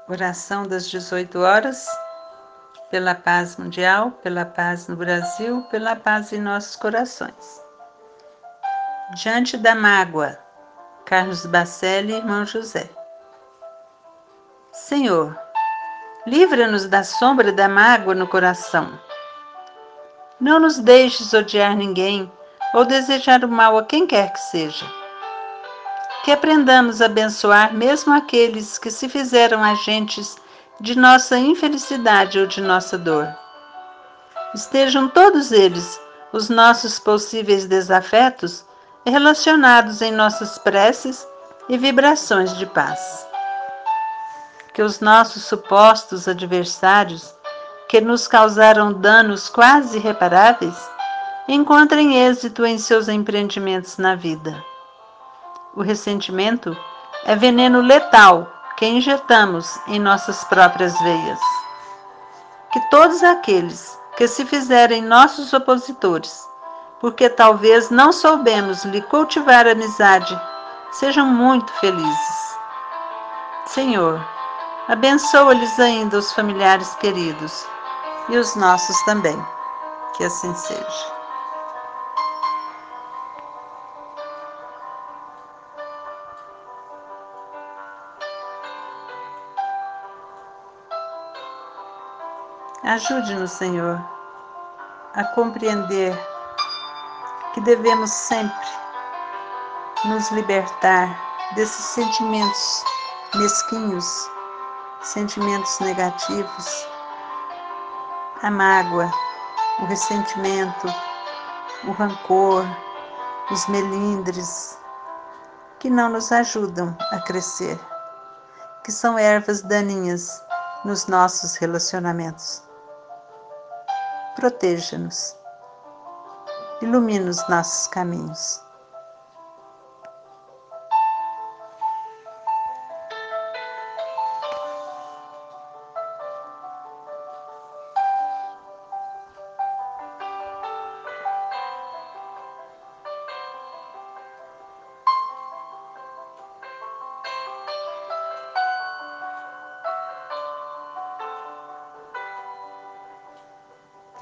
Oração das 18 horas, pela paz mundial, pela paz no Brasil, pela paz em nossos corações. Diante da mágoa, Carlos Bacelli, irmão José. Senhor, livra-nos da sombra da mágoa no coração. Não nos deixes odiar ninguém ou desejar o mal a quem quer que seja. Que aprendamos a abençoar mesmo aqueles que se fizeram agentes de nossa infelicidade ou de nossa dor. Estejam todos eles, os nossos possíveis desafetos, relacionados em nossas preces e vibrações de paz. Que os nossos supostos adversários, que nos causaram danos quase irreparáveis, encontrem êxito em seus empreendimentos na vida. O ressentimento é veneno letal que injetamos em nossas próprias veias. Que todos aqueles que se fizerem nossos opositores, porque talvez não soubemos lhe cultivar amizade, sejam muito felizes. Senhor, abençoa-lhes ainda os familiares queridos e os nossos também. Que assim seja. Ajude-nos, Senhor, a compreender que devemos sempre nos libertar desses sentimentos mesquinhos, sentimentos negativos, a mágoa, o ressentimento, o rancor, os melindres, que não nos ajudam a crescer, que são ervas daninhas nos nossos relacionamentos. Proteja-nos, ilumina os nossos caminhos.